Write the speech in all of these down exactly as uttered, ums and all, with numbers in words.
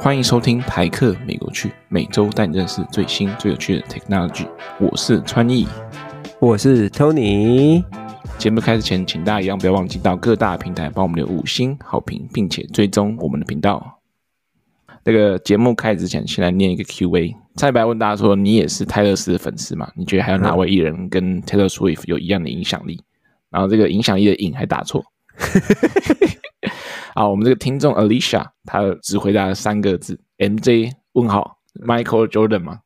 欢迎收听台客美国去，每周带你认识最新最有趣的 technology。我是川艺， 我是 Tony。 节目开始前，请大家一样不要忘记到各大平台帮我们留五星好评，并且追踪我们的频道。那个节目开始之前，先来念一个 Q A。上礼拜问大家说，你也是泰勒斯的粉丝吗？你觉得还有哪位艺人跟 Taylor Swift 有一样的影响力？然后这个影响力的影还打错。好，我们这个听众 Alicia 她只回答了三个字 M J 问号 Michael Jordan 吗？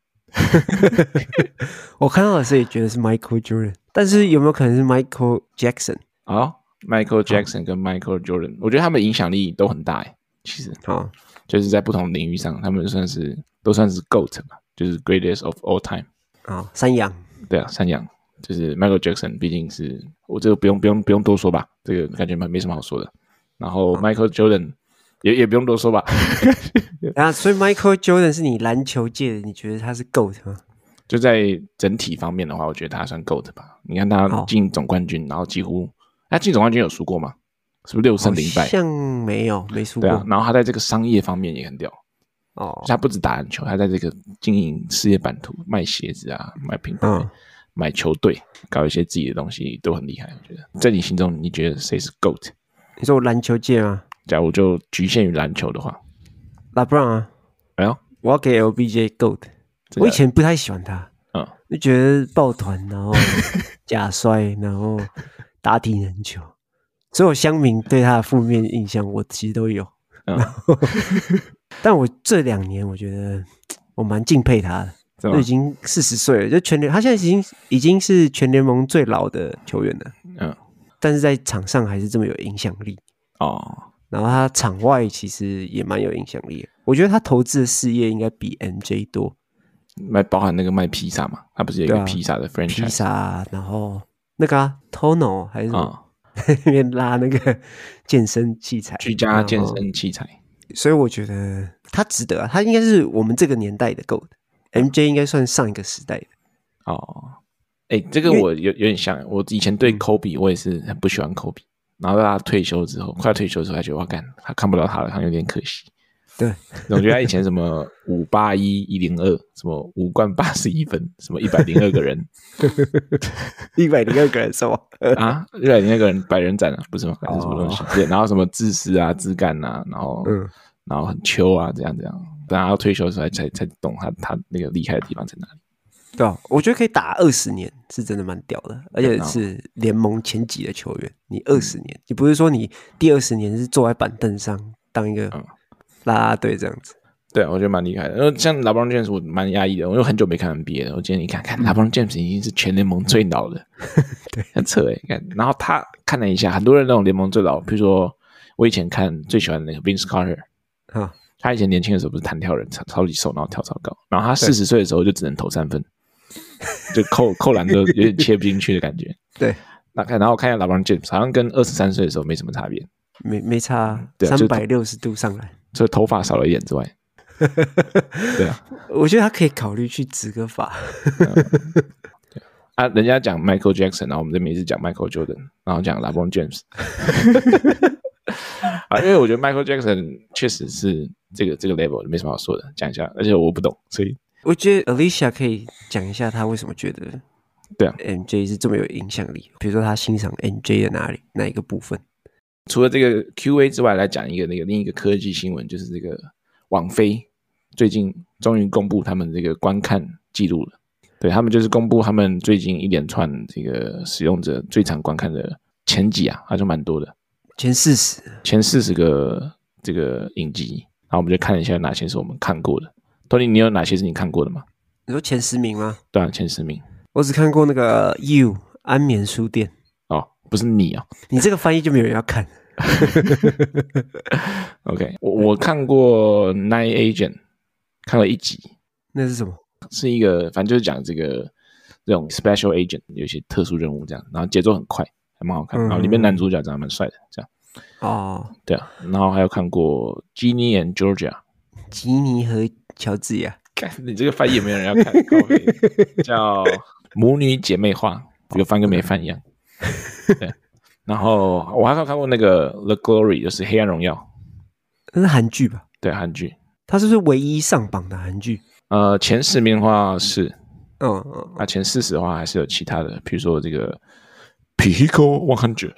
我看到的时候也觉得是 Michael Jordan， 但是有没有可能是 Michael Jackson？ 好 Michael Jackson 跟 Michael Jordan， 我觉得他们影响力都很大耶，其实好， 就是在不同领域上，他们算是都算是 GOAT 嘛，就是 Greatest of All Time。 好，山羊。 对啊，山羊就是 Michael Jackson， 毕竟是我这个不用不用不用多说吧，这个感觉没什么好说的。然后 Michael Jordan 也也不用多说吧。 啊，所以 Michael Jordan 是你篮球界的，你觉得他是 GOAT 吗？ 就在整体方面的话，我觉得他算 GOAT 吧。你看他进总冠军，然后几乎他进总冠军有输过吗？是不是六胜零败？ 好像没有，没输过。 对啊，然后他在这个商业方面也很屌。 哦， 他不止打篮球，他在这个经营事业版图，卖鞋子啊，卖品牌，嗯、买球队，搞一些自己的东西都很厉害。我觉得，在你心中，你觉得谁是 GOAT？ 你说我篮球界吗？ 假如就局限于篮球的话 ，LeBron 啊， 哎呦， 我要给 L B J GOAT。我以前不太喜欢他，嗯，就觉得抱团，然后假摔，然后打体能球，所有乡民对他的负面印象，我其实都有。嗯，但我这两年我觉得我蛮敬佩他的，都已经四十岁了，就全联，他现在已经已经是全联盟最老的球员了。嗯，但是在场上还是这么有影响力哦。然后他场外其实也蛮有影响力的，我觉得他投资的事业应该比 M J 多。 卖包含那个卖披萨嘛，他不是有一个披萨的 franchise？ 披萨，然后那个啊 Tono 还是什么，在那边拉那个健身器材， 居家健身器材。 所以我觉得他值得啊，他应该是我们这个年代的 GOAT。M J 应该算上一个时代的。 哦，哎，这个我有有点像，我以前对 Kobe 我也是很不喜欢 Kobe， 然后他退休之后，快退休之后，他觉得我干，他看不到他了，他有点可惜。 对， 我觉得他以前什么五八一一零二，什么五冠八十一分，什么一百零二个人， 一百零二个人是吗？ 啊，一百零二个人百人斩啊，不是吗？还是什么东西？对，然后什么自私啊、自干啊，然后、嗯、然后很秋啊，这样这样。等他要退休的时候才才懂他他那个厉害的地方在哪里。 对啊，我觉得可以打二十年是真的蛮屌的，而且是联盟前几的球员。你二十年，你不是说你第二十年是坐在板凳上当一个。嗯啦啦队这样子， 对，我觉得蛮厉害的。因为像 LeBron James 我蛮压抑的，我有很久没看 N B A 了。我今天一看，看 LeBron James 已经是全联盟最老的，对，很扯诶。看，然后他看了一下，很多人那种联盟最老，比如说我以前看最喜欢的那个 Vince Carter， 啊，他以前年轻的时候不是弹跳人，超级瘦，然后跳超高，然后他四十岁的时候就只能投三分，就扣扣篮都有点切不进去的感觉。 对， 那看，然后看一下 LeBron James， 好像跟二十三岁的时候没什么差别， 没没差，三百六十度上来。 除了头发少了一点之外，对啊， 我觉得他可以考虑去植个发。 啊，人家讲 Michael Jackson， 然后我们这边一直讲 Michael Jordan， 然后讲 LeBron James。啊，因为我觉得 Michael Jackson 确实是这个这个 level 没什么好说的，讲一下，而且我不懂，所以我觉得 Alicia 可以讲一下他为什么觉得对啊 M J 是这么有影响力，比如说他欣赏 M J 的哪里哪一个部分。 除了这个 Q A 之外，来讲一个那个另一个科技新闻，就是这个网飞最近终于公布他们这个观看记录了。对，他们就是公布他们最近一连串这个使用者最常观看的前几啊，还是蛮多的， 前四十， 前四十个这个影集，然后我们就看一下哪些是我们看过的。Tony， 你有哪些是你看过的吗？ 你說前十名嗎？ 对啊，前十名。 我只看過那個 You 安眠書店。 哦，不是你啊， 你這個翻譯就沒有人要看。 OK， 我我看過 Night Agent， 看了一集。 那是什麼？ 是一個反正就是講這個這種 Special Agent 有一些特殊任務這樣，然後節奏很快，還蠻好看。然後裡面男主角長得蠻帥的，這樣。哦，對啊，然後還有看過 Ginny and Georgia， 吉尼和喬治亞。 你這個翻譯也沒有人要看，叫母女姐妹花，有翻跟沒翻一樣。對。然後我還有看過那個 The Glory， 就是黑暗榮耀， 那是韓劇吧？ 對，韓劇。 它是不是唯一上榜的韩剧？ 呃，前十名的话是， 嗯嗯， 那、啊、前四十的话还是有其他的，比如说这个 Pico 一百，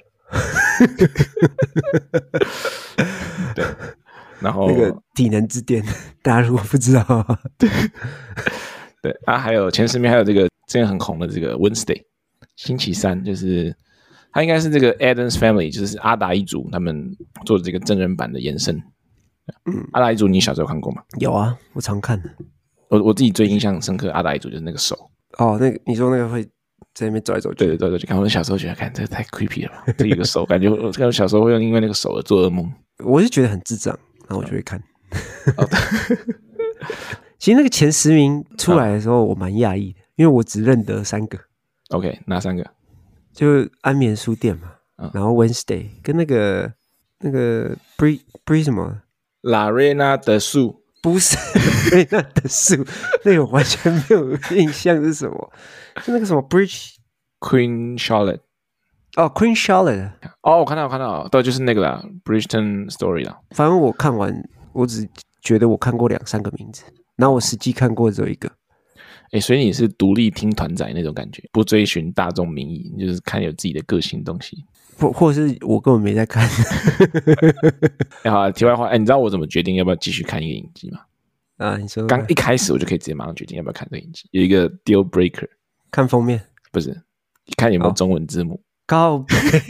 对，然后那个体能之巅，大家如果不知道， 对对啊，还有前十名还有这个之前很红的这个 Wednesday 星期三，就是它应该是这个 Addams Family， 就是阿达一族他们做的这个真人版的延伸。嗯，阿达一族你小时候看过吗？ 有啊，我常看的。 我我自己最印象深刻阿达一族就是那个手。 哦，那个你说那个会在那边走来走去？ 对对对对，看我小时候觉得，看这个太 creepy 了吧，这一个手，感觉我我小时候会因为那个手而做噩梦。 我是觉得很智障，然后我就会看。哦、其实那个前十名出来的时候，我蛮讶异的，因为我只认得三个。 OK， 哪三个？ 就安眠书店嘛，嗯、然后 Wednesday 跟那个那个 Bree Bree 什么 Lorena 的树。 不是那的树，那个完全没有印象是什么？是那个什么 Bridge Queen Charlotte 哦 Queen Charlotte 哦，我看到我看到，对，就是那个啦 Bridgerton Story 啦。 反正我看完，我只觉得我看过两三个名字，然后我实际看过只有一个。 哎、欸，所以你是独立听团仔那种感觉，不追寻大众民意，你就是看有自己的个性东西。 或或是我根本没在看。 哎、欸，好，题外话，哎、欸，你知道我怎么决定要不要继续看一个影集吗？ 啊，你说刚一开始我就可以直接马上决定要不要看这个影集，有一个 deal breaker， 看封面不是看有没有中文字幕。 靠，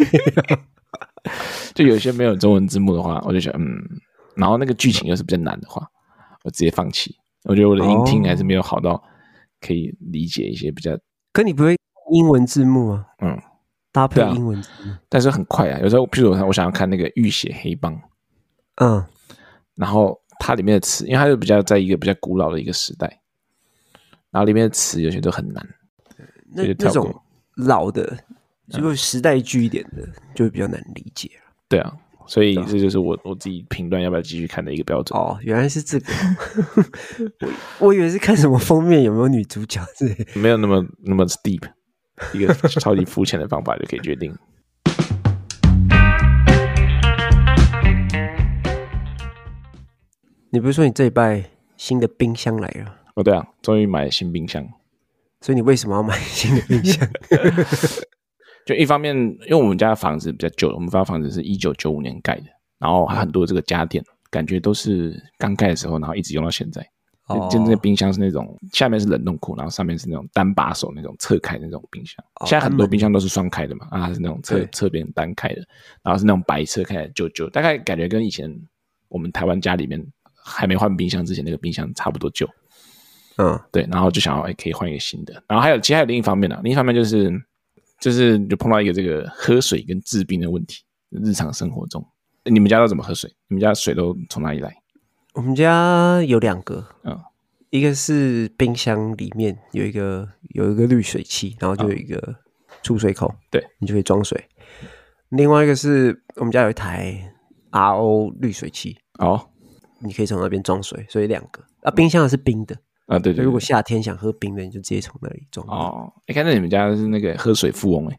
就有些没有中文字幕的话，我就想嗯，然后那个剧情又是比较难的话，我直接放弃。我觉得我的音听还是没有好到可以理解一些比较。 可你不会英文字幕吗？ 嗯。 搭配英文字幕、啊，但是很快啊。有时候，譬如我想要看那个《浴血黑帮》， 嗯， 然后它里面的词，因为它就比较在一个比较古老的一个时代，然后里面的词有些都很难， 那那种老的，如果时代剧一点的，嗯、就会比较难理解。 对啊，所以这就是我我自己评断要不要继续看的一个标准。 哦，原来是这个，我我以为是看什么封面有没有女主角之类的， 没有那么那么 deep。一个超级肤浅的方法就可以决定。 你不是说你这一拜新的冰箱来了？ 哦，对啊，终于买了新冰箱。 所以你为什么要买新的冰箱？ 就一方面，因为我们家的房子比较旧了，我们家房子是一九九五年盖的，然后很多这个家电感觉都是刚盖的时候，然后一直用到现在。哦，就那个冰箱是那种下面是冷冻库，然后上面是那种单把手那种侧开的那种冰箱。哦、现在很多冰箱都是双开的嘛，啊，它是那种侧侧边单开的，然后是那种白色，看起来旧旧，大概感觉跟以前我们台湾家里面还没换冰箱之前那个冰箱差不多旧。嗯，对，然后就想要哎、欸、可以换一个新的，然后还有其实还有另一方面啊，另一方面就是就是就碰到一个这个喝水跟治病的问题，日常生活中，你们家都怎么喝水？你们家水都从哪里来？ 我们家有两个，嗯，一个是冰箱里面有一个有一个滤水器，然后就有一个出水口， 对， 你就可以装水。另外一个是我们家有一台 R O 滤水器，哦，你可以从那边装水，所以两个。啊，冰箱的是冰的啊，对 对, 对。 如果夏天想喝冰的，你就直接从那里装。 哦，你看，那你们家是那个喝水富翁哎、欸。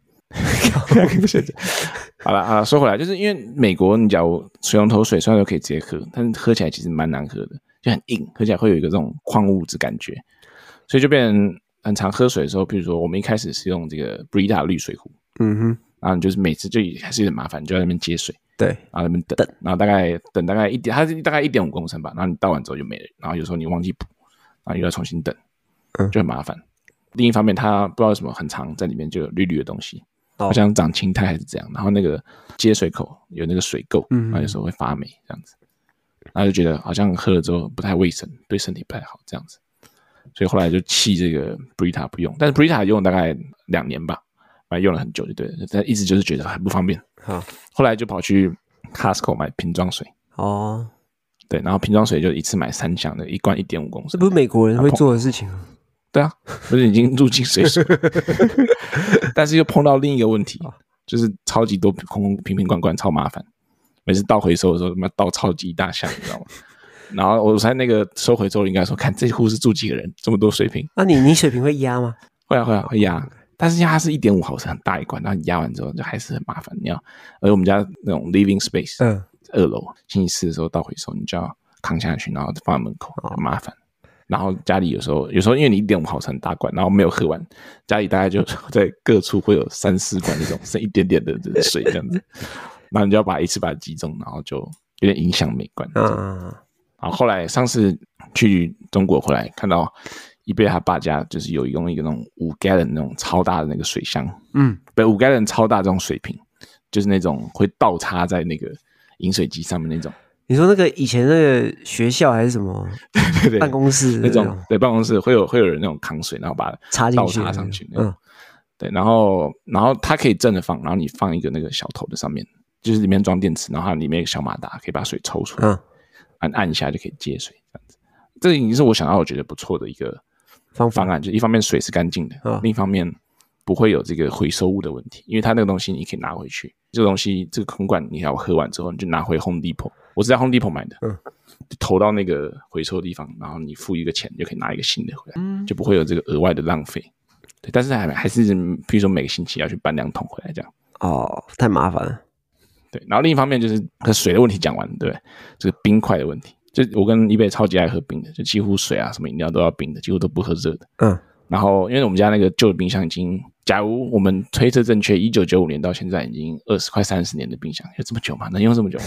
好了好了，说回来，就是因为美国，你假如水龙头水虽然都可以直接喝，但是喝起来其实蛮难喝的，就很硬，喝起来会有一个这种矿物质感觉，所以就变成很常喝水的时候，比如说我们一开始是用这个 Brita 滤水壶，嗯哼，然后你就是每次就还是有点麻烦，你就在那边接水， 对， 然后在那边等，然后大概等大概一点，它是大概一点五公升吧，然后你倒完之后就没了，然后有时候你忘记补，然后又要重新等，就很麻烦。嗯、另一方面，它不知道为什么很常在里面就有绿绿的东西。好像长青苔还是这样，然后那个接水口有那个水垢，然后有时候会发霉这样子，然后就觉得好像喝了之后不太卫生，对身体不太好这样子，所以后来就弃这个 Brita 不用，但是 Brita 用了大概两年吧，反正用了很久就对了，但一直就是觉得很不方便。好，后来就跑去 Costco 买瓶装水。哦，对，然后瓶装水就一次买三箱的，一罐一点五公升。 这不是美国人会做的事情啊？ 对啊，不是已经入境水水，但是又碰到另一个问题，就是超级多空空瓶瓶罐罐，超麻烦。每次倒回收的时候，他妈倒超级一大箱，你知道吗？然后我猜那个收回之后，应该说，看这户是住几个人，这么多水瓶。 那、啊、你你水瓶会压吗？ 会啊会啊会压，但是压是一点五毫升，很大一罐，然后你压完之后就还是很麻烦。你要，而我们家那种 living space， 嗯，二楼星期四的时候倒回收，你就要扛下去，然后放在门口，很麻烦。然后家里有时候有时候因为你一点五毫升大罐，然后没有喝完，家里大概就在各处会有三四罐那种剩一点点的水这样子，然后你就要把一次把它集中，然后就有点影响美观。嗯，然后后来上次去中国回来看到一贝他爸家就是有用一个那种五 gallon 那种超大的那个水箱，嗯，不五 gallon 超大这种水瓶，就是那种会倒插在那个饮水机上面那种。 你说那个以前那个学校还是什么？对对对，办公室那种，对办公室会有会有人那种扛水，然后把它插进去， 倒插上去。嗯，对，然后然后它可以正着放，然后你放一个那个小头的上面，就是里面装电池，然后它里面有个小马达，可以把水抽出来，嗯，按按一下就可以接水，这样子。这已经是我想要我觉得不错的一个方方案，就一方面水是干净的，嗯，另一方面不会有这个回收物的问题，因为它那个东西你可以拿回去，这个东西这个空罐你要喝完之后，你就拿回 Home Depot。我是在 Home Depot 买的，嗯，就投到那个回收的地方，然后你付一个钱就可以拿一个新的回来，嗯，就不会有这个额外的浪费。对，但是还还是比如说每个星期要去搬两桶回来这样。 哦，太麻烦了。 对，然后另一方面就是水的问题讲完，对不对？这个冰块的问题，就我跟一贝超级爱喝冰的，就几乎水啊什么饮料都要冰的，几乎都不喝热的。嗯，然后因为我们家那个旧的冰箱已经，假如我们推测正确，一九九五年到现在已经二十快三十年的冰箱，有这么久吗？能用这么久吗？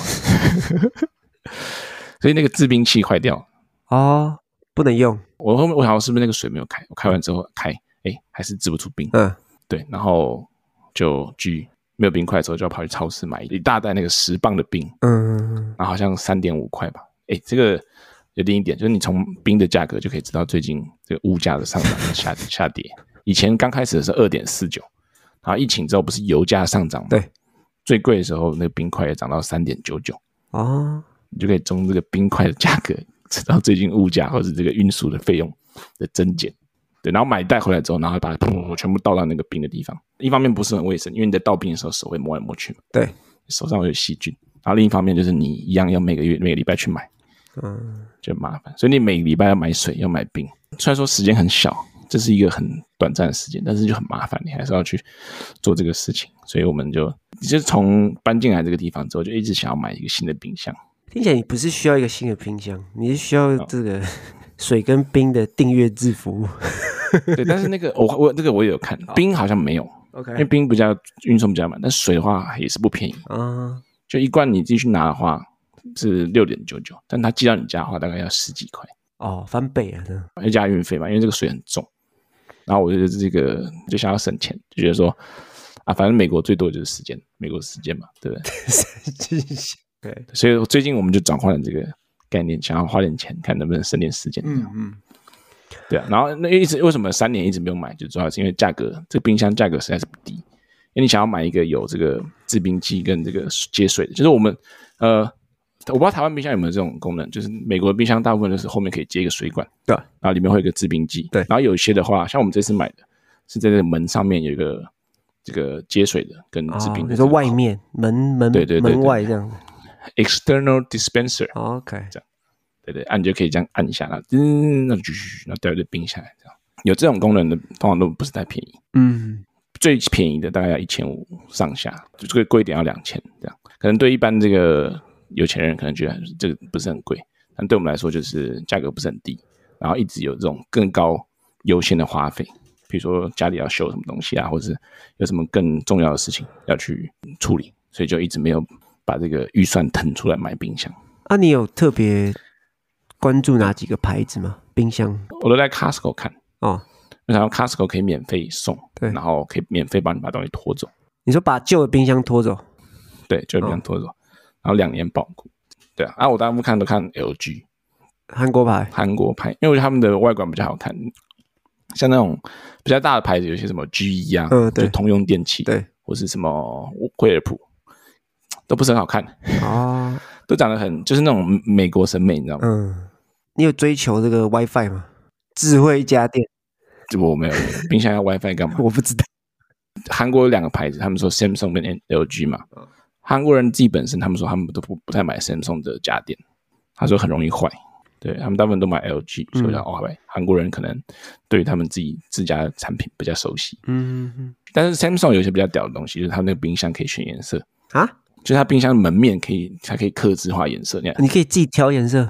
所以那个制冰器坏掉哦，不能用。 我后面我好像是不是那个水没有开？我开完之后开，哎，还是制不出冰。嗯，对，然后就居没有冰块的时候，就要跑去超市买一大袋那个十磅的冰。嗯，然后好像三点五块吧。哎，这个有另一点，就是你从冰的价格就可以知道最近这个物价的上涨下下跌。以前刚开始的是 二点四九， 然后疫情之后不是油价上涨吗？ 对， 最贵的时候那个冰块也涨到 三点九九。哦，你就可以从这个冰块的价格知道最近物价或者这个运输的费用的增减。对，然后买带回来之后，然后把它噗全部倒到那个冰的地方。一方面不是很卫生，因为你在倒冰的时候手会摸来摸去嘛， 对， 手上会有细菌。然后另一方面就是你一样要每个月每个礼拜去买，嗯，就麻烦。所以你每个礼拜要买水，要买冰。虽然说时间很小，这是一个很短暂的时间，但是就很麻烦，你还是要去做这个事情。所以我们就就是从搬进来这个地方之后，就一直想要买一个新的冰箱。 听起来你不是需要一个新的冰箱，你是需要这个水跟冰的订阅制服务。 对，但是那个我我这个我也有看，冰好像没有 ，OK， 因为冰比较运送比较慢，但水的话也是不便宜啊。就一罐你自己去拿的话是 六点九九， 但它寄到你家的话大概要十几块。 哦，翻倍啊！ 要加运费嘛，因为这个水很重。然后我就这个就想要省钱，就觉得说啊，反正美国最多就是时间，美国时间嘛，对不对？对，所以最近我们就转换了这个概念，想要花点钱，看能不能省点时间。嗯嗯，对啊。然后那一直为什么三年一直没有买，就主要是因为价格，这个冰箱价格实在是不低。因为你想要买一个有这个制冰机跟这个接水的，就是我们呃。我不知道台湾冰箱有没有这种功能，就是美国的冰箱大部分都是后面可以接一个水管， 对， 然后里面会有一个制冰机， 对， 然后有一些的话，像我们这次买的是在这个门上面有一个这个接水的跟制冰的， 你说外面门门对对对对门外这样子 ，external dispenser，OK，、 哦、 这样，对对，按你就可以这样按一下，然后嗯，那就然后掉一堆冰下来，这样有这种功能的通常都不是太便宜，嗯，最便宜的大概要一千五上下，就这个贵一点要两千，这样可能对一般这个。有钱人可能觉得这个不是很贵，但对我们来说就是价格不是很低，然后一直有这种更高优先的花费，比如说家里要修什么东西啊，或者是有什么更重要的事情要去处理，所以就一直没有把这个预算腾出来买冰箱。 啊，你有特别关注哪几个牌子吗？冰箱我都在 Costco 看哦，然后 Costco 可以免费送， 对， 然后可以免费帮你把东西拖走。 你说把旧的冰箱拖走？ 对，旧的冰箱拖走。哦，然后两年保固，对啊，啊，我大部分看都看 L G， 韩国牌， 韩国牌，因为我觉得他们的外观比较好看，像那种比较大的牌子，有些什么 G E 啊，嗯，对，就通用电器， 对， 或是什么惠而浦，都不是很好看哦，都长得很就是那种美国审美，你知道吗？嗯， 你有追求这个 WiFi 吗？智慧家电？ 我没有，冰箱要 WiFi 干嘛？ 我不知道。 韩国有两个牌子，他们说 Samsung 跟 L G 嘛。嗯，韩国人自己本身，他们说他们都 不, 不太买 Samsung 的家电，他说很容易坏，对他们大部分都买 L G， 所以我想哦，韩国人可能对于他们自己自家的产品比较熟悉。嗯嗯。但是 Samsung 有一些比较屌的东西，就是它那个冰箱可以选颜色啊，就是它冰箱的门面可以，它可以客制化颜色那样。 你可以自己挑颜色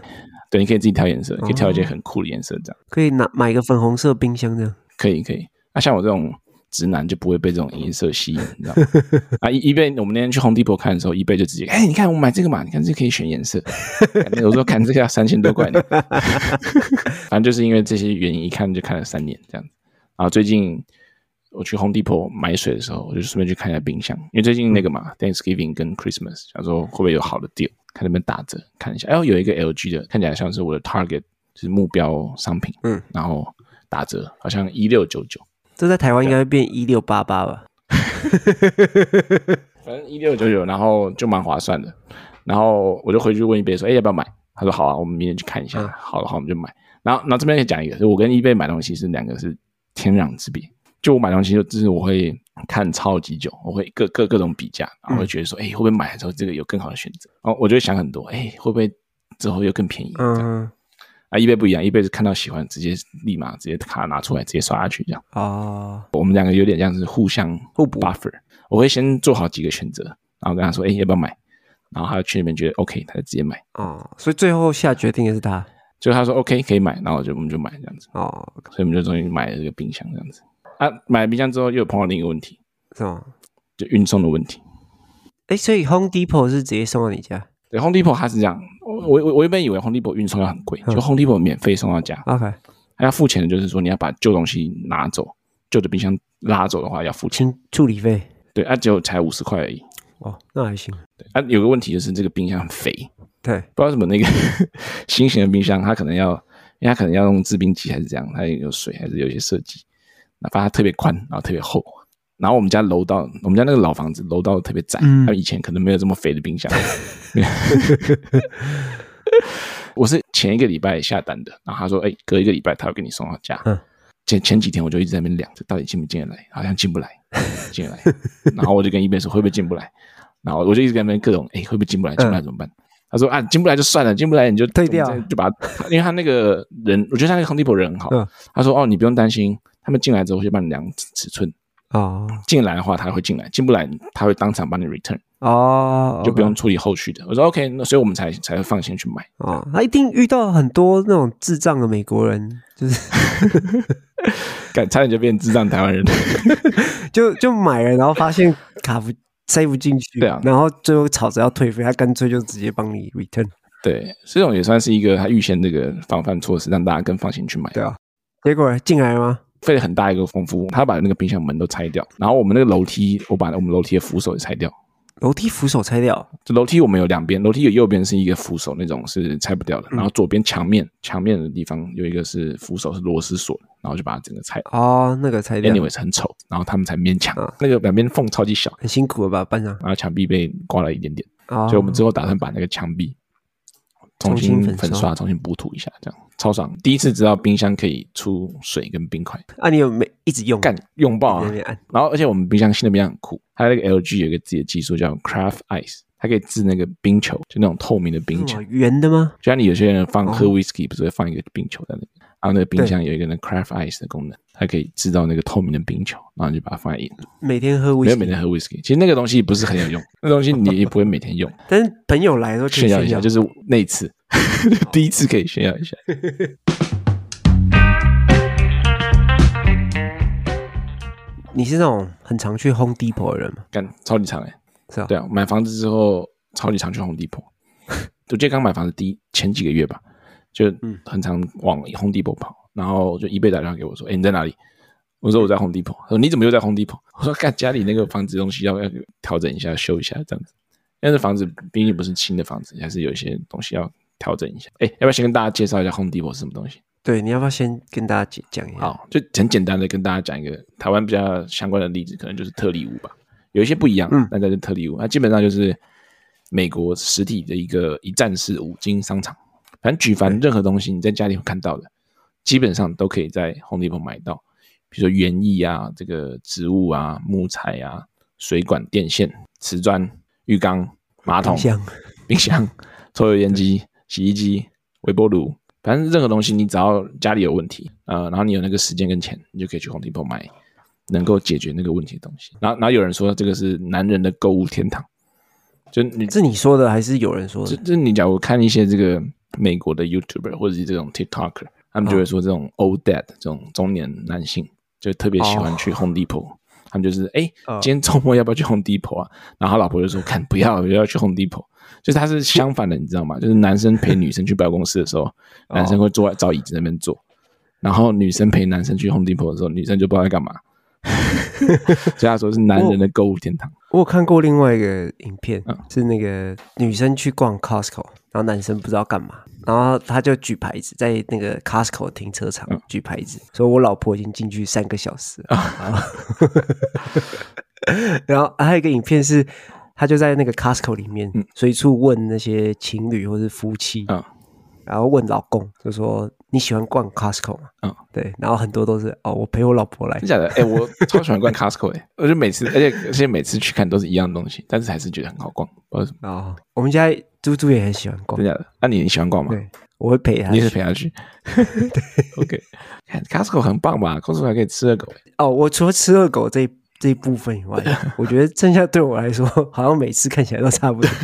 对，你可以自己挑颜色，可以挑一些很酷的颜色，这样、哦、 可以拿买一个粉红色冰箱这样。 可以可以。那、啊、像我这种直男就不会被这种颜色吸引，你知道吗？啊，eBay 我们那天去 Home Depot 看的时候 ，eBay 就直接，哎、欸，你看我买这个嘛，你看这可以选颜色。我说看这个要三千多块呢，反正就是因为这些原因，一看就看了三年这样子。然后最近我去 Home Depot 买水的时候，我就顺便去看一下冰箱，因为最近那个嘛、嗯、Thanksgiving 跟 Christmas， 想说会不会有好的 deal， 看那边打折，看一下。哎，有一个 L G 的，看起来像是我的 target， 就是目标商品，嗯，然后打折，好像一六九九。 这在台湾应该会变一六八八吧？ 反正一六九九，然后就蛮划算的。然后我就回去问eBay说：“哎、欸，要不要买？”他说：“好啊，我们明天去看一下。嗯”好的，好，我们就买。然后，然后这边可以讲一个，就我跟eBay买东西是两个是天壤之别。就我买东西，就是我会看超级久，我会各各各种比价，然后会觉得说：“哎、欸，会不会买了之后这个有更好的选择？”然后我就会想很多，哎、欸，会不会之后又更便宜？嗯。啊 ，eBay 不一样 ，eBay 是看到喜欢直接立马直接卡拿出来，直接刷下去这样。哦，我们两个有点像是互相互补 buffer。我会先做好几个选择，然后跟他说：“哎、欸，要不要买？”然后他去那边觉得 OK， 他就直接买。 哦，所以最后下决定的是他。 就他说 OK 可以买，然后就我们就买这样子。哦，所以我们就终于买了这个冰箱这样子。啊，买了冰箱之后又有碰到另一个问题，是吗？就运送的问题。 哎，所以 Home Depot 是直接送到你家？ 对 ，Home Depot 它是这样。我我我原本以为 Home Depot 运送要很贵，就 Home Depot 免费送到家。OK， 他要付钱的就是说你要把旧东西拿走，旧的冰箱拉走的话要付钱， 处理费。对， 啊，只有才五十块而已。 哦，那还行。 对，啊，有个问题就是这个冰箱很肥。 对， 不知道为什么那个新型的冰箱它可能要，因为它可能要用制冰机还是这样，它有水还是有一些设计，哪怕它特别宽，然后特别厚。然后我们家楼道，我们家那个老房子楼道特别窄，嗯、他们以前可能没有这么肥的冰箱。我是前一个礼拜下单的，然后他说：“哎、欸，隔一个礼拜他要给你送到家。嗯”前前几天我就一直在那边量，这到底进不进得来？好像进不来，进得来。然后我就跟eBay说会不会进不来？然后我就一直跟他们各种，哎、欸，会不会进不来？进不来怎么办？嗯、他说：“啊，进不来就算了，进不来你就退掉， 就把它，因为他那个人，我觉得他那个 Home Depot 人很好。嗯、他说：哦，你不用担心，他们进来之后会帮你量尺寸。”哦，进来的话他会进来，进不来他会当场帮你 return 哦，就不用处理后续的。我说 OK， 那所以我们才才会放心去买。 哦，他一定遇到很多那种智障的美国人，就是差点就变智障台湾人， 就就买了，然后发现卡不塞不进去，对啊，然后最后吵着要退费，他干脆就直接帮你 return。 对，这种也算是一个他预先这个防范措施，让大家更放心去买。 对啊，结果进来了吗？ 费了很大一个功夫，他把那个冰箱门都拆掉，然后我们那个楼梯，我把我们楼梯的扶手也拆掉。 楼梯扶手拆掉？ 就楼梯我们有两边，楼梯有右边是一个扶手那种是拆不掉的，嗯、然后左边墙面墙面的地方有一个是扶手是螺丝锁的，然后就把它整个拆。 哦，那个拆掉。 Anyways 很丑，然后他们才勉强，嗯、那个两边缝超级小， 很辛苦了吧搬上， 然后墙壁被刮了一点点，哦、所以我们之后打算把那个墙壁重新粉刷，重新补涂一下，这样超爽。第一次知道冰箱可以出水跟冰块。 啊，你有没一直用？ 干用爆啊！然后而且我们冰箱新的冰箱很酷，它那个 L G 有一个自己的技术叫 Craft Ice， 它可以制那个冰球，就那种透明的冰球， 圆的吗？ 就像你有些人放喝 whisky 不是会放一个冰球在那边，然后那个冰箱有一个那 Craft Ice 的功能，它可以制造那个透明的冰球，然后你就把它放在饮料。 每天喝 whisky？ 没有每天喝 whisky， 其实那个东西不是很有用，那东西你也不会每天用。 但是朋友来都炫耀一下，就是那一次。第一次可以炫耀一下。 你是那种很常去 Home Depot 的人吗？ 干超级常哎、欸， 是啊， 对啊，买房子之后超级常去 Home Depot。我记得刚买房子第一前几个月吧，就很常往 Home Depot 跑，然后就eBay打电话给我说：“哎、欸，你在哪里？”我说：“我在 Home Depot。”他说：“你怎么又在 Home Depot？” 我说：“干家里那个房子东西要要调整一下，修一下这样子。”因为这房子毕竟不是新的房子，还是有一些东西要调整一下。哎，要不要先跟大家介绍一下 Home Depot 是什么东西？ 对，你要不要先跟大家讲一下？ 好，就很简单的跟大家讲一个台湾比较相关的例子，可能就是特力屋吧。有一些不一样，嗯，但这是特力屋，它基本上就是美国实体的一个一站式五金商场。反正举凡任何东西你在家里会看到的，基本上都可以在 Home Depot 买到。比如说园艺啊，这个植物啊，木材啊，水管、电线、瓷砖、浴缸、马桶、 冰箱、 冰箱、抽油烟机、洗衣机、微波炉，反正任何东西你只要家里有问题，呃，然后你有那个时间跟钱，你就可以去 Home Depot 买能够解决那个问题的东西。然后，然后有人说这个是男人的购物天堂，就你是你说的还是有人说的？ 就就你假如看一些这个美国的 YouTuber 或者是这种 TikToker， 他们就会说这种 old dad 这种中年男性就特别喜欢去 Home Depot，、哦、他们就是哎、欸，今天周末要不要去 Home Depot 啊？然后他老婆就说看不要，不要去 Home Depot。就是他是相反的，你知道吗？就是男生陪女生去百货公司的时候，男生会坐在找椅子那边坐，然后女生陪男生去 Home Depot 的时候，女生就不知道在干嘛。所以他说是男人的购物天堂。 我, 我有看过另外一个影片、嗯、是那个女生去逛 Costco， 然后男生不知道干嘛，然后他就举牌子在那个 Costco 停车场、嗯、举牌子说我老婆已经进去三个小时了、嗯、然后还有一个影片是他就在那个 Costco 里面、嗯、随处问那些情侣或是夫妻、嗯，然后问老公就说你喜欢逛 Costco 吗？嗯，对，然后很多都是哦，我陪我老婆来。 真的假的？哎、欸，我超喜欢逛 Costco 哎、欸，我就每次，而且而且每次去看都是一样的东西，但是还是觉得很好逛，不知道为什么。 哦，我们家猪猪也很喜欢逛。 真的假的？那、啊、你喜欢逛吗？ 对，我会陪他。 你也是陪他去。对 ，OK。看 Costco 很棒吧 ？Costco 还可以吃热狗、欸。 哦，我除了吃热狗这一这一部分以外，我觉得剩下对我来说，好像每次看起来都差不多。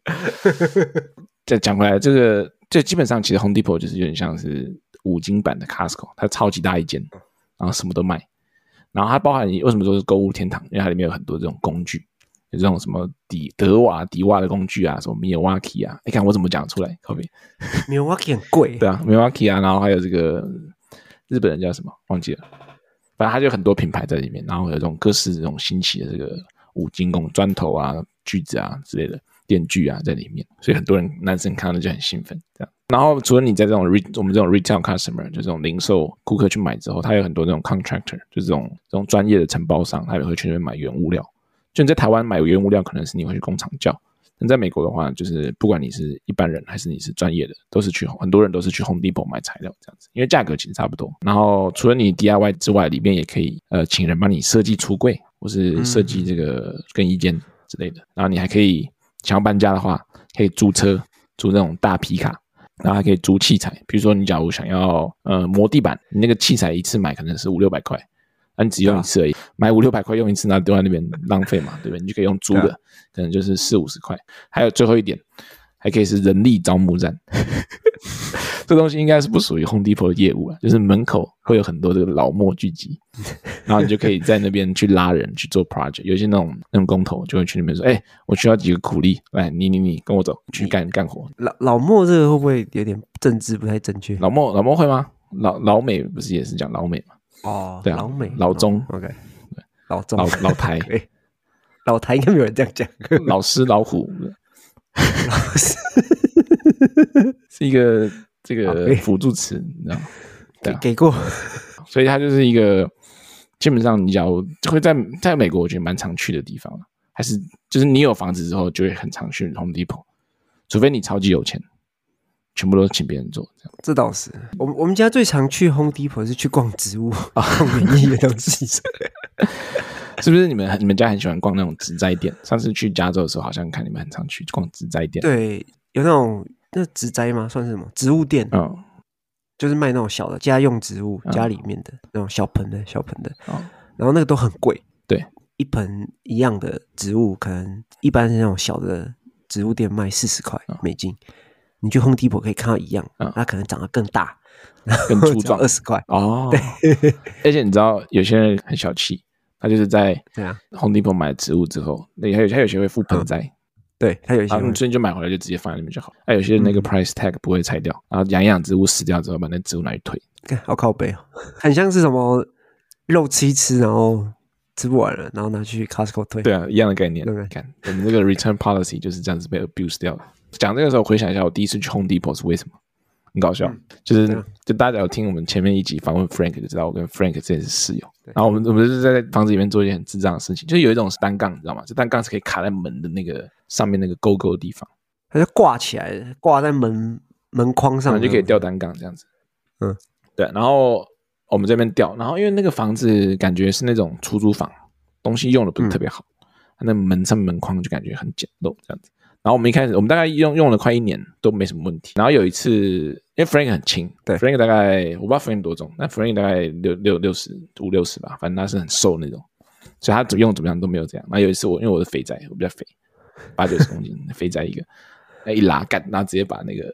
再讲回来，这个这基本上其实 Home Depot 就是有点像是五金版的 Costco， 它超级大一间，然后什么都卖。然后它包含为什么说是购物天堂？因为它里面有很多这种工具，有这种什么底德瓦迪瓦的工具啊，什么 Milwaukee 啊，你看我怎么讲出来 ？Milwaukee 很贵。 对啊 ，Milwaukee 啊，然后还有这个日本人叫什么忘记了，反正它就有很多品牌在里面，然后有这种各式这种新奇的这个五金工砖头啊、锯子啊之类的。电锯啊在里面，所以很多人男生看到就很兴奋这样。然后除了你在这种我们这种 retail customer 就这种零售顾客去买之后，他有很多这种 contractor 就是这种这种专业的承包商，他也会去那边买原物料。就你在台湾买原物料可能是你会去工厂叫，但在美国的话就是不管你是一般人还是你是专业的，都是去很多人都是去 Home Depot 买材料这样子，因为价格其实差不多。然后除了你 D I Y 之外，里面也可以呃请人帮你设计橱柜或是设计这个更衣间之类的，然后你还可以想要搬家的话，可以租车，租那种大皮卡，然后还可以租器材。比如说，你假如想要呃磨地板，你那个器材一次买可能是五六百块，那你只用一次而已，买五六百块用一次，然后丢在那边浪费嘛，对不对？你就可以用租的，可能就是四五十块。还有最后一点，还可以是人力招募站。这东西应该是不属于 Home Depot 的业务啦，就是门口会有很多这个老墨聚集，然后你就可以在那边去拉人去做 project。有些那种那种工头就会去那边说：“哎、欸，我需要几个苦力，来你你你跟我走，去干干活。” 老老墨这个会不会有点政治不太正确？ 老墨老墨会吗？老老美不是也是讲老美吗？ 哦， 对啊， 老美老中、 哦、，OK， 老中老老台， 老台应该没有人这样讲。 老师老虎， 老师是一个。这个辅助词，你知道吗？ 给给过， 所以它就是一个基本上你假如会在在美国，我觉得蛮常去的地方了。还是就是你有房子之后，就会很常去 Home Depot， 除非你超级有钱，全部都请别人做。这样这倒是，我们我们家最常去 Home Depot 是去逛植物，逛园艺的东西。 是不是你们你们家很喜欢逛那种植栽店？上次去加州的时候，好像看你们很常去逛植栽店。 对，有那种。那植栽吗？算是什么？植物店，嗯，就是卖那种小的家用植物，嗯、家里面的那种小盆的小盆的，哦、然后那个都很贵， 对， 一盆一样的植物，可能一般是那种小的植物店卖四十块美金，哦、你去 Home Depot 可以看到一样，嗯、它可能长得更大， 更粗壮， 二十块哦，对，而且你知道有些人很小气，他就是在 Home Depot 买植物之后，那还有他有些会附盆栽。嗯对，它有一些， 然后所以你就买回来就直接放在那边就好。还、啊、有些那个 price tag 不会拆掉，嗯、然后养一养植物死掉之后，把那植物拿去退， 好靠北哦，很像是什么肉吃一吃，然后吃不完了，然后拿去 Costco 退。 对啊，一样的概念。对，看我们这个 return policy 就是这样子被 abuse 掉的。讲这个时候，回想一下，我第一次去 Home Depot 是为什么？很搞笑，嗯、就是就大家有听我们前面一集访问 Frank 就知道，我跟 Frank 之前是室友。然后我们我们就是在房子里面做一件很智障的事情，就是有一种单杠，你知道吗？这单杠是可以卡在门的那个上面那个勾勾的地方， 它就挂起来的，挂在门门框上， 就可以吊单杠这样子。嗯，对。然后我们这边吊，然后因为那个房子感觉是那种出租房，东西用的不是特别好，它、嗯、那门上面门框就感觉很简陋这样子。然后我们一开始，我们大概用用了快一年都没什么问题。然后有一次，因为 Frank 很轻，对 ，Frank 大概我不知道 Frank 多重，但 Frank 大概六六六十五六十吧，反正他是很瘦那种，所以他用怎么样都没有这样。然后有一次我因为我是肥仔，我比较肥，八九十公斤，肥仔一个，一拉干，然后直接把那个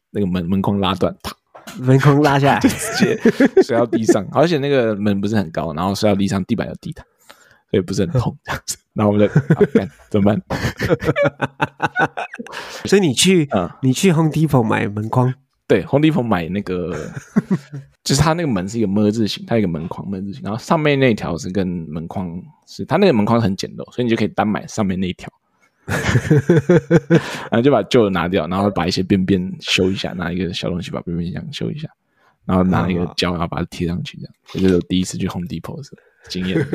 那个门门框拉断，啪， 门框拉下来， 就直接摔到地上，而且那个门不是很高，然后摔到地上，地板有地毯，所以不是很痛这样子。然后我们就啊干怎么办？ 所以你去、 嗯、 你去 Home Depot 买门框。 对 ，Home Depot 买那个，就是它那个门是一个么字形，它有一个门框么字形，然后上面那条是跟门框是，它那个门框很简陋，所以你就可以单买上面那一条，然后就把旧的拿掉，然后把一些边边修一下，拿一个小东西把边边这样修一下，然后拿一个胶，然后把它贴上去，这样，这就是我第一次去 Home Depot 的时候经验，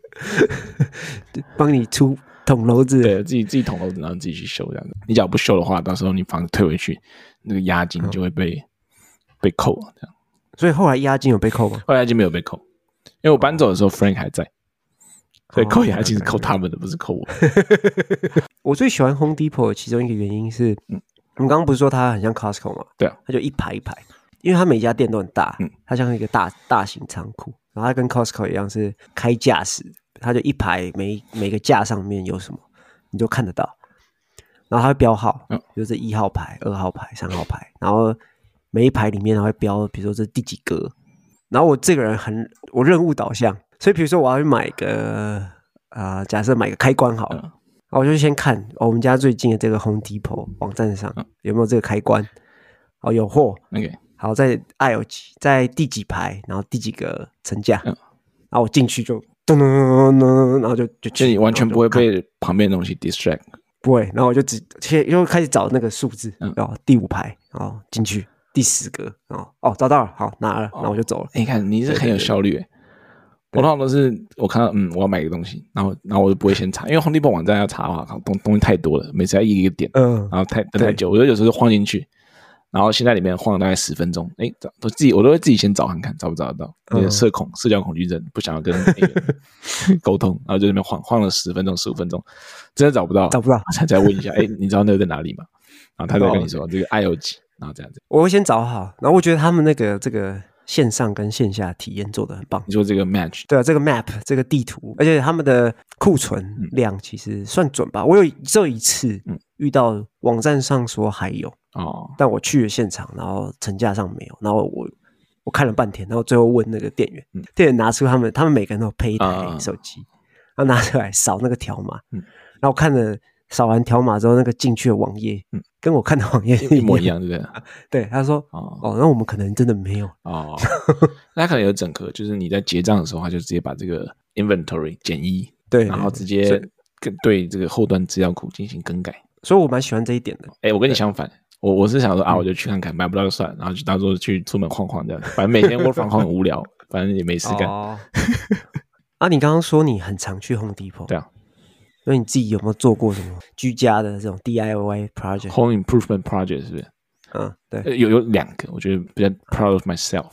帮你出捅娄子， 对，自己自己捅娄子，然后自己去修这样子。你只要不修的话，到时候你房子退回去，那个押金就会被、嗯、被扣了，这样。 所以后来押金有被扣吗？ 后来押金没有被扣，因为我搬走的时候 Frank 还在，所以扣押金是扣他们的，不是扣我。 我最喜欢 Home Depot 的其中一个原因是，嗯，我们刚刚不是说它很像 Costco 吗？ 对啊， 它就一排一排，因为它每家店都很大，嗯，它像一个大大型仓库，然后它跟 Costco 一样是开架式，它就一排每每个架上面有什么，你就看得到。然后它会标号，嗯，就是一号牌、二号牌、三号牌，然后每一排里面它会标，比如说这是第几格。然后我这个人很我任务导向，所以比如说我要去买个啊、呃，假设买个开关好了，嗯、然后我就先看、哦、我们家最近的这个 Home Depot 网站上、嗯、有没有这个开关，哦有货 ，OK， 好在 aisle 几，在第几排，然后第几个层架，嗯、然后我进去就噔噔噔噔，然后就就就你完全不会被旁边的东西 distract。 不会，然后我就只又开始找那个数字，然后第五排，然后进去第十格，然后哦找到了，好拿了，然后我就走了。 欸、你看你是很有效率诶。我通常都是我看到嗯我要买个东西，然后然后我就不会先查，因为 Home Depot 网站要查的话，东东西太多了，每次要一个一个点，嗯，然后太等太久，我就有时候就晃进去，然后先在里面晃了大概十分钟，哎，都自己我都会自己先找看看找不找得到，那个社恐社交恐惧症，不想要跟那个沟通，然后就在那边晃晃了十分钟十五分钟，真的找不到， 找不到， 才再问一下，哎，你知道那个在哪里吗？然后他再跟你说这个 aisle 几，然后这样子， 我会先找好，然后我觉得他们那个这个线上跟线下体验做得很棒。 你说这个 match， 对啊，这个 map 这个地图，而且他们的库存量其实算准吧。我有只有一次遇到网站上说还有。哦，但我去了现场，然后层架上没有，然后我我看了半天，然后最后问那个店员，嗯、店员拿出他们他们每个人都有配一台手机，嗯、然后拿出来扫那个条码，嗯、然后我看了扫完条码之后，那个进去的网页，嗯、跟我看的网页一模一样，对不对？ 对，他说哦哦，那我们可能真的没有哦，那可能有整合，就是你在结账的时候，他就直接把这个 inventory 减一，对，然后直接对这个后端资料库进行更改， 所以我蛮喜欢这一点的。 哎，我跟你相反。我我是想说啊，我就去看看，买不到就算了，然后就当做去出门晃晃这样。反正每天work from home很无聊，反正也没事干。哦、 啊，你刚刚说你很常去 Home Depot， 对啊。 那你自己有没有做过什么居家的这种 D I Y project？Home improvement project 是不是？ 嗯，对， 有有两个，我觉得比较 proud of myself。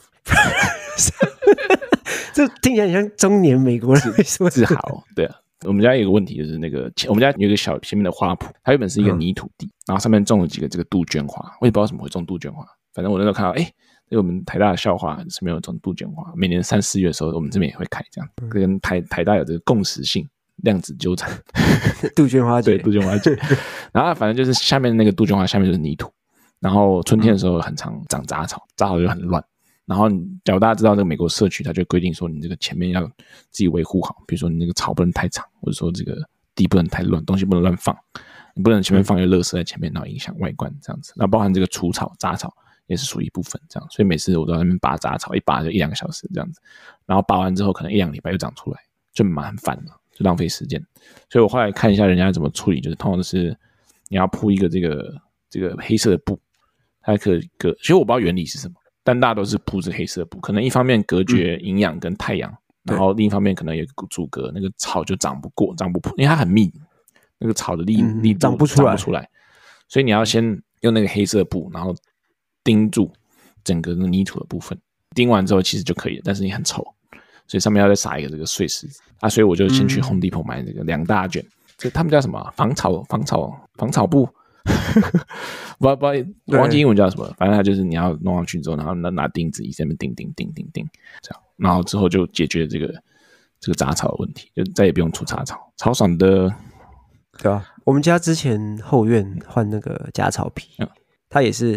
这听起来很像中年美国人说自豪，对啊。我们家有一个问题，就是那个我们家有一个小前面的花圃，它原本是一个泥土地，嗯、然后上面种了几个这个杜鹃花，我也不知道怎么会种杜鹃花，反正我那时候看到，哎，这个我们台大的校花是没有种杜鹃花，每年三四月的时候，我们这边也会开这样，嗯、跟台台大有这个共识性，量子纠缠， 杜鹃花节， 对，杜鹃花节，然后反正就是下面那个杜鹃花下面就是泥土，然后春天的时候很常长杂草，杂草就很乱。然后假如大家知道这个美国社区，它就规定说你这个前面要自己维护好，比如说你那个草不能太长，或者说这个地不能太乱，东西不能乱放，你不能前面放一个垃圾在前面，然后影响外观这样子。那包含这个除草、杂草也是属于一部分这样，所以每次我都在那边拔杂草，一拔就一两个小时这样子，然后拔完之后可能一两个礼拜又长出来，就蛮烦的，就浪费时间。所以我后来看一下人家怎么处理，就是通常是你要铺一个这个这个黑色的布，它可以隔，其实我不知道原理是什么。但大家都是铺着黑色布，可能一方面隔绝营养跟太阳，嗯、然后另一方面可能有个阻隔，那个草就长不过，长不破，因为它很密，那个草的力、嗯、力度长不出来， 长不出来，所以你要先用那个黑色布，然后钉住整个泥土的部分，钉完之后其实就可以了，但是你很丑，所以上面要再撒一个这个碎石啊，所以我就先去 Home Depot 买这个两大卷，这他们叫什么？防草防草防草布。不不，忘记英文叫什么，反正它就是你要弄上去之后，然后拿钉子一直在那边钉钉钉钉钉，这样，然后之后就解决这个这个杂草的问题，就再也不用除杂草，超爽的。 对啊，我们家之前后院换那个假草皮，嗯、它也是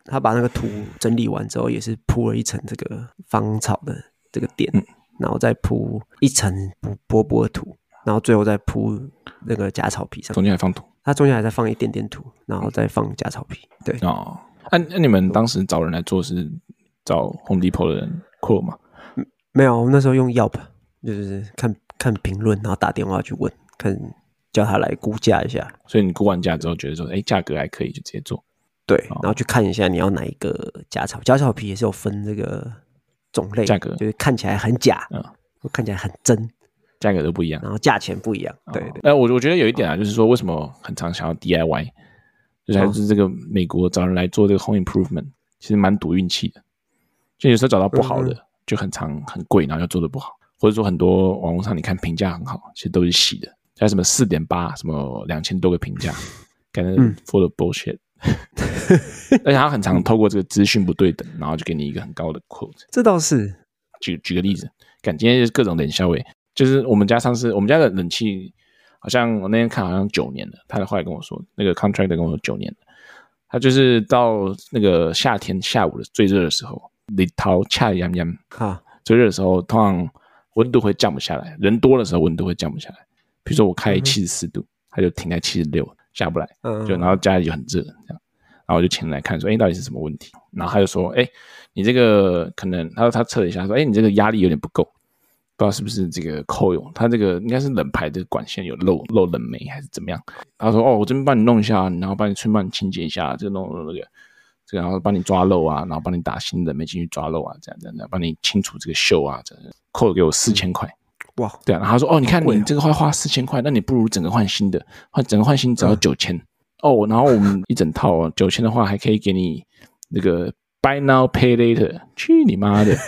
他把那个土整理完之后，也是铺了一层这个芳草的这个垫，嗯、然后再铺一层薄薄的土，然后最后再铺那个假草皮上， 中间还放土， 他中间还再放一点点土，然后再放假草皮。对哦，那、啊、那你们当时找人来做是找 Home Depot 的人 quote 吗？ 没有，我们那时候用 Yelp， 就是看看评论，然后打电话去问，看叫他来估价一下。 所以你估完价之后，觉得说，哎，价格还可以，就直接做。 对，然后去看一下你要哪一个假草，假草皮也是有分这个种类， 价格就是看起来很假，嗯，看起来很真， 价格都不一样， 然后价钱不一样。对对， 呃，我我觉得有一点啊，就是说为什么很常想要 D I Y， 就是还是这个美国找人来做这个 home improvement， 其实蛮赌运气的，就有时候找到不好的，嗯、就很常很贵，然后又做的不好，或者说很多网络上你看评价很好，其实都是洗的，像什么四点八，什么两千多个评价，感觉 for the bullshit。而且他很常透过这个资讯不对等，然后就给你一个很高的 quote。 这倒是。 举举个例子，感今天就是各种冷笑话，就是我们家上次我们家的冷气，好像我那天看好像九年了，他后来跟我说，那个 contractor 跟我说九年了，他就是到那个夏天下午的最热的时候，日头恰炎炎，哈，最热的时候，通常温度会降不下来，人多的时候温度会降不下来。比如说我开七十四度，他就停在七十六，下不来，就然后家里就很热，这样。然后我就请人来看说，哎，到底是什么问题？然后他就说，哎，你这个可能，他说他测了一下，说，哎，你这个压力有点不够，不知道是不是这个扣用，他这个应该是冷排的管线有漏漏冷媒还是怎么样？他说，哦，我这边帮你弄一下，然后帮你顺便帮你清洁一下，这个弄那个，这个然后帮你抓漏啊，然后帮你打新的没进去抓漏啊，这样这样，帮你清除这个锈啊，这样扣给我四千块。哇，对啊，然后他说，哦，你看你这个会花四千块，那你不如整个换新的，换整个换新只要九千。哦，然后我们一整套哦，九千的话还可以给你那个 buy now pay later， 去你妈的！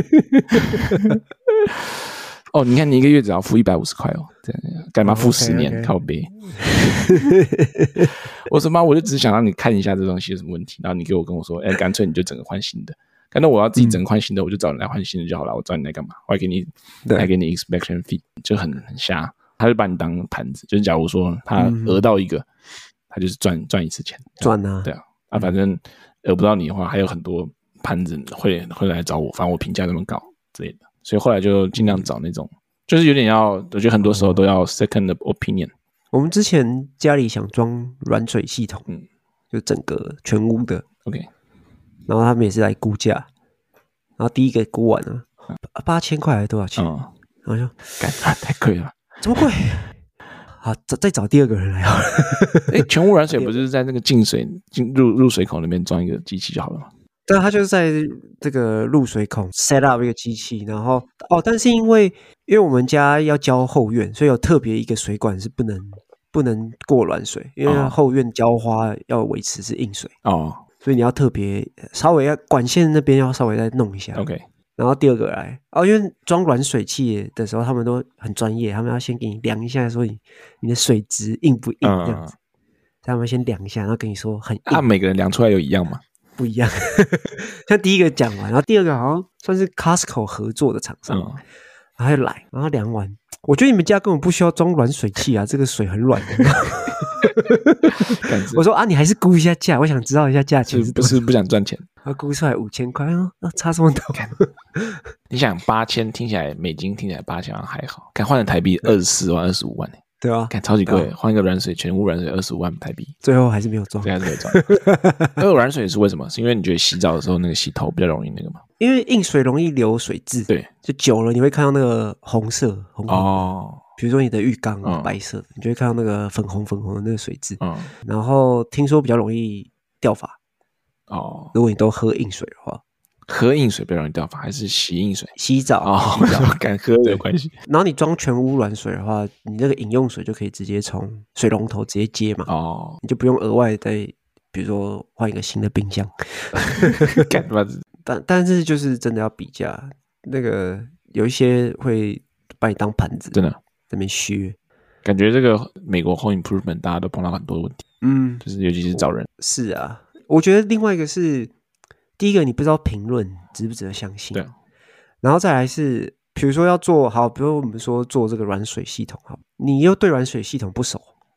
哦，你看你一个月只要付一百五十块哦，干嘛付十年？ Okay, okay. 靠北！我说妈，我就只想让你看一下这东西有什么问题，然后你给我跟我说，哎，干脆你就整个换新的。干脆我要自己整个换新的，嗯、我就找人来换新的就好了。我找你来干嘛？我还给你，还给你 inspection fee， 就很很瞎。他就把你当盘子，就是假如说他讹到一个。嗯他就是赚赚一次钱， 赚啊， 对啊，啊，反正讹不到你的话，还有很多盘子会会来找我，反正我评价那么高之类的，所以后来就尽量找那种，嗯、就是有点要，我觉得很多时候都要 second opinion。 我们之前家里想装软水系统，嗯，就整个全屋的 ，OK， 然后他们也是来估价，然后第一个估完了八千块还是多少钱？嗯，然后就干太贵了， 怎么贵？好，再找第二个人来好了。 哎，全屋软水不是在那个进水进入入水孔那边装一个机器就好了吗？ 对，他就是在这个入水孔 set up 一个机器，然后哦，但是因为因为我们家要浇后院，所以有特别一个水管是不能不能过软水，因为后院浇花要维持是硬水哦，所以你要特别稍微要管线那边要稍微再弄一下。 OK。 然后第二个来哦，因为装软水器的时候，他们都很专业，他们要先给你量一下，说你你的水质硬不硬这样子，嗯、他们先量一下，然后跟你说很硬。 啊，每个人量出来有一样吗？ 不一样。像第一个讲完，然后第二个好像算是 Costco 合作的厂商，嗯、然后就来，然后量完，我觉得你们家根本不需要装软水器啊，这个水很软。我说啊，你还是估一下价，我想知道一下价钱是不是不想赚钱？ 他估出来五千块哦，差这么多。 你想八千听起来美金听起来八千还好，看换成台币二十四万、二十五万呢、欸？ 对啊， 看超级贵，换、啊、一个软水全屋软水二十五万台币， 最后还是没有装， 最后还是没有装。那个软水是为什么？是因为你觉得洗澡的时候那个洗头比较容易那个吗？ 因为硬水容易留水渍， 对， 就久了你会看到那个红色红红哦。比如说你的浴缸、啊嗯、白色的，你就会看到那个粉红粉红的那个水渍。嗯，然后听说比较容易掉发。哦，如果你都喝硬水的话， 喝硬水比较容易掉发，还是洗硬水？ 洗澡哦，敢喝有关系。 然后你装全屋软水的话，你那个饮用水就可以直接从水龙头直接接嘛。哦，你就不用额外再比如说换一个新的冰箱。但但是就是真的要比价，那个有一些会把你当盘子， 真的。 这边削， 感觉这个美国 home improvement 大家都碰到很多问题，嗯，就是尤其是找人。 是啊，我觉得另外一个是，第一个你不知道评论值不值得相信，对，然后再来是，比如说要做好，比如我们说做这个软水系统，好，你又对软水系统不熟，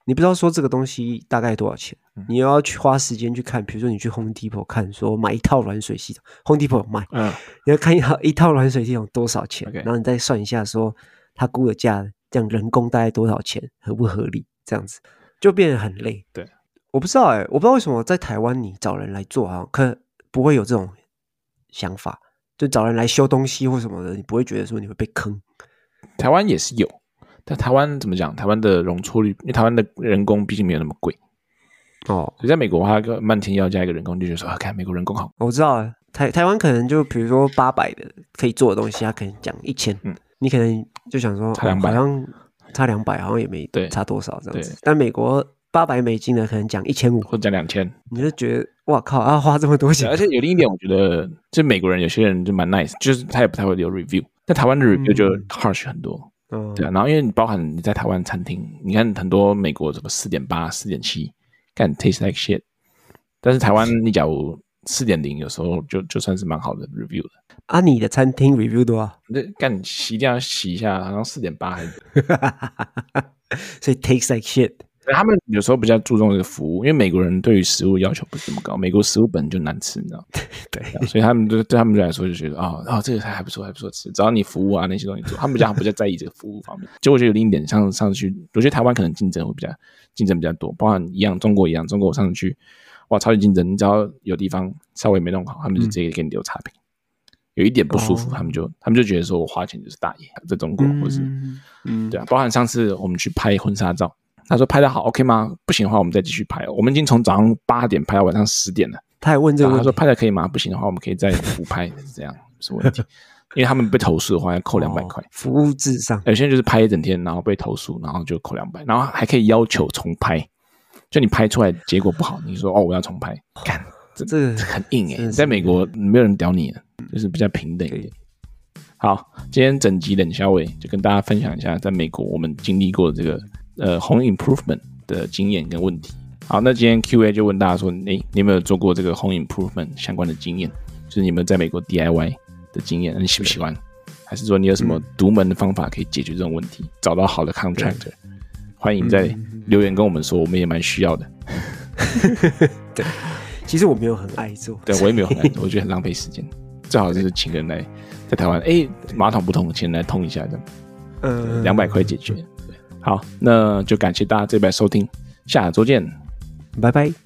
你不知道说这个东西大概多少钱，嗯、你又要去花时间去看，比如说你去 Home Depot 看，说买一套软水系统 ，Home Depot 有卖，嗯，你要看一套一套软水系统多少钱， okay. 然后你再算一下说他估的价，这样人工大概多少钱，合不合理？这样子就变得很累。 对， 我不知道哎、欸，我不知道为什么在台湾你找人来做啊，可不会有这种想法，就找人来修东西或什么的，你不会觉得说你会被坑。 台湾也是有。但台湾怎么讲？台湾的容错率，因为台湾的人工毕竟没有那么贵哦。 所以在美国的话，漫天要加一个人工，就觉得说啊，看美国人工好。 我知道了，台台湾可能就比如说八百的可以做的东西，他可能讲一千，嗯，你可能就想说差两百， 好像差两百，好像也没差多少这样子。但美国八百美金的可能讲一千五， 或者讲两千， 你就觉得哇靠，要花这么多钱。 而且有另一点，我觉得就美国人有些人就蛮 nice， 就是他也不太会留 review， 但台湾的 review 就 harsh 很多。嗯对啊，然后因为你包含你在台湾餐厅，你看很多美国什么 四点八、四点七， 干 taste like shit， 但是台湾你假如 四点零 有时候就就算是蛮好的 review 的。 啊，你的餐厅 review 多少？ 那干洗一定要洗一下，好像 四点八 还是所以 taste like shit。 他们有时候比较注重这个服务，因为美国人对于食物要求不是这么高，美国食物本就难吃，你知道？对，所以他们对对他们来说就觉得啊啊、哦哦，这个菜还不错，还不错吃，只要你服务啊那些东西做，他们比较比较在意这个服务方面。就我觉得有另一点，像上次去，我觉得台湾可能竞争会比较竞争比较多，包含一样中国一样，中国我上次去，哇，超级竞争，你只要有地方稍微没弄好，他们就直接给你留差评。嗯有一点不舒服，哦、他们就他们就觉得说我花钱就是大爷，在中国、嗯、或是嗯对啊，包含上次我们去拍婚纱照，他说拍得好 OK 吗？不行的话我们再继续拍、哦。我们已经从早上八点拍到晚上十点了。 他还问这个问题， 他说拍得可以吗？不行的话我们可以再补拍，是这样是问题。因为他们被投诉的话要扣两百块， 服务至上。 有些人就是拍一整天，然后被投诉，然后就扣两百，然后还可以要求重拍。就你拍出来结果不好，你说哦我要重拍，干这这个很硬哎、欸，在美国没有人屌你了。就是比较平等一点。好，今天整集冷消微就跟大家分享一下，在美国我们经历过的这个呃 home improvement 的经验跟问题。好，那今天 Q A 就问大家说，诶，你有没有做过这个 home improvement 相关的经验？就是你们在美国 D I Y 的经验，你喜不喜欢？还是说你有什么独门的方法可以解决这种问题？找到好的 contractor， 欢迎在留言跟我们说，我们也蛮需要的。 对，其实我没有很爱做， 对我也没有很爱做，我觉得很浪费时间。最好就是请人来在台湾，哎，马桶不通，请人来通一下，这样，嗯，两百块解决。好，那就感谢大家这边收听，下周见， 拜拜。